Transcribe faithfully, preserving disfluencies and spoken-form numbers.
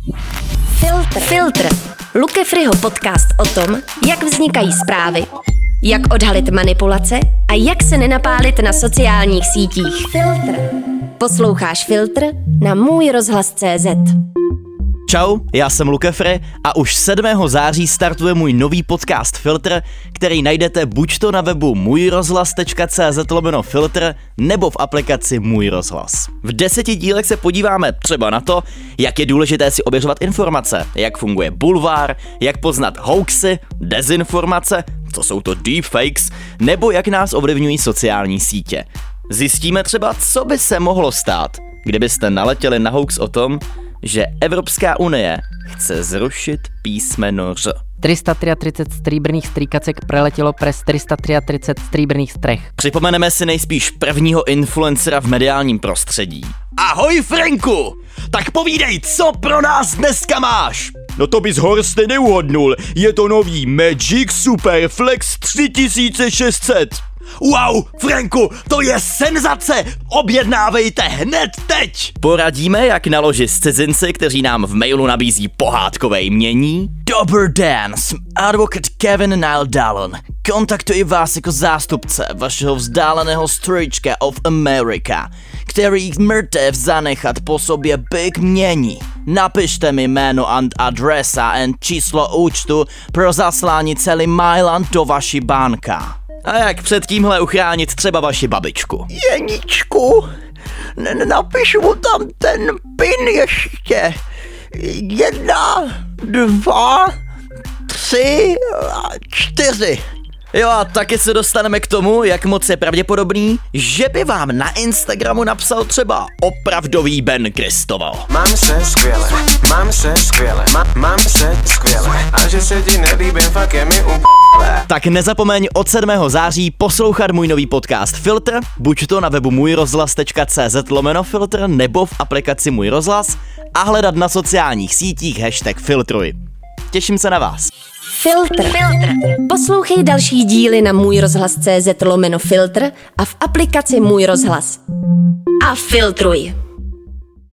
Filtr. Filtr. Luke Fryho podcast o tom, jak vznikají zprávy, jak odhalit manipulace a jak se nenapálit na sociálních sítích. Filtr. Posloucháš Filtr na můj rozhlas tečka cé zet. Čau, já jsem Luke Fry a už sedmého září startuje můj nový podcast Filtr, který najdete buď to na webu můj rozhlas tečka cé zet lomeno filtr nebo v aplikaci Můj rozhlas. V deseti dílech se podíváme třeba na to, jak je důležité si ověřovat informace, jak funguje bulvár, jak poznat hoaxy, dezinformace, co jsou to deepfakes, nebo jak nás ovlivňují sociální sítě. Zjistíme třeba, co by se mohlo stát, kdybyste naletěli na hoax o tom, že Evropská unie chce zrušit písmeno Ř. tristo třicet tři stříbrných stříkacek preletělo přes tristo třicet tři stříbrných střech. Připomeneme si nejspíš prvního influencera v mediálním prostředí. Ahoj Franku! Tak povídej, co pro nás dneska máš? No to bys Horste neuhodnul, je to nový Magic Super Flex tři tisíce šest set. Wow, Franku, to je senzace! Objednávejte hned teď! Poradíme, jak naložit s cizinci, kteří nám v mailu nabízí pohádkové jmění? Dobrý den, jsem advokát Kevin Nile Dallon. Kontaktuji vás jako zástupce vašeho vzdáleného strýčka of America, který mrtev zanechat po sobě big mění. Napište mi jméno and adresa and číslo účtu pro zaslání celý Mailand do vaší banka. A jak před tímhle uchránit třeba vaši babičku? Jeničku, n- napiš mu tam ten pin ještě. Jedna, dva, tři, čtyři. Jo a taky se dostaneme k tomu, jak moc je pravděpodobný, že by vám na Instagramu napsal třeba opravdový Ben Kristoval. Mám se skvěle, mám se skvěle, má, mám se skvěle, a že se ti nelíbím, fakt je mi u***le. Tak nezapomeň od sedmého září poslouchat můj nový podcast Filtr, buď to na webu můj rozhlas tečka cé zet lomeno filtr nebo v aplikaci Můj rozhlas a hledat na sociálních sítích hashtag Filtruj. Těším se na vás. Filtr. Filtr. Poslouchej další díly na můj rozhlas tečka cé zet lomeno filtr a v aplikaci Můj rozhlas. A filtruj.